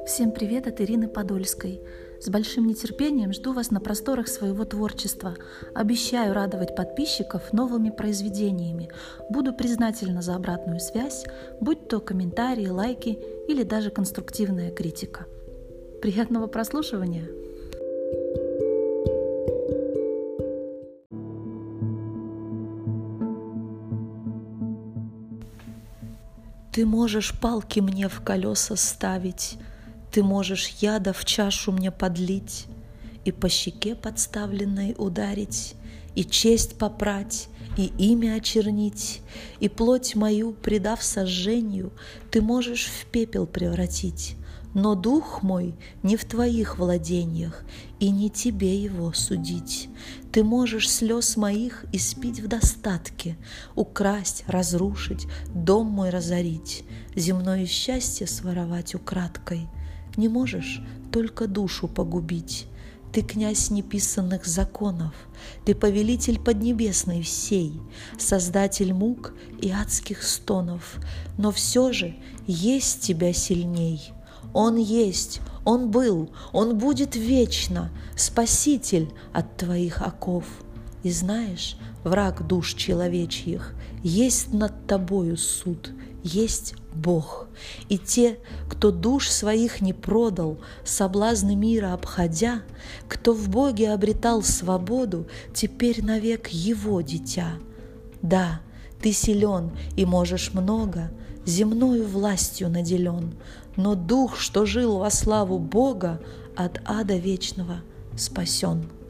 Всем привет от Ирины Подольской. С большим нетерпением жду вас на просторах своего творчества. Обещаю радовать подписчиков новыми произведениями. Буду признательна за обратную связь, будь то комментарии, лайки или даже конструктивная критика. Приятного прослушивания! Ты можешь палки мне в колеса ставить, ты можешь яда в чашу мне подлить, и по щеке подставленной ударить, и честь попрать, и имя очернить, и плоть мою, предав сожжению, ты можешь в пепел превратить. Но дух мой не в твоих владениях, и не тебе его судить. Ты можешь слез моих испить в достатке, украсть, разрушить, дом мой разорить, земное счастье своровать украдкой. Не можешь только душу погубить. Ты князь неписанных законов, ты повелитель поднебесной всей, создатель мук и адских стонов, но все же есть тебя сильней. Он есть, Он был, Он будет вечно, Спаситель от твоих оков. И знаешь, враг душ человечьих, есть над тобою суд, есть Бог. И те, кто душ своих не продал, соблазны мира обходя, кто в Боге обретал свободу, теперь навек Его дитя. Да, ты силен и можешь много, земною властью наделен, но дух, что жил во славу Бога, от ада вечного спасен.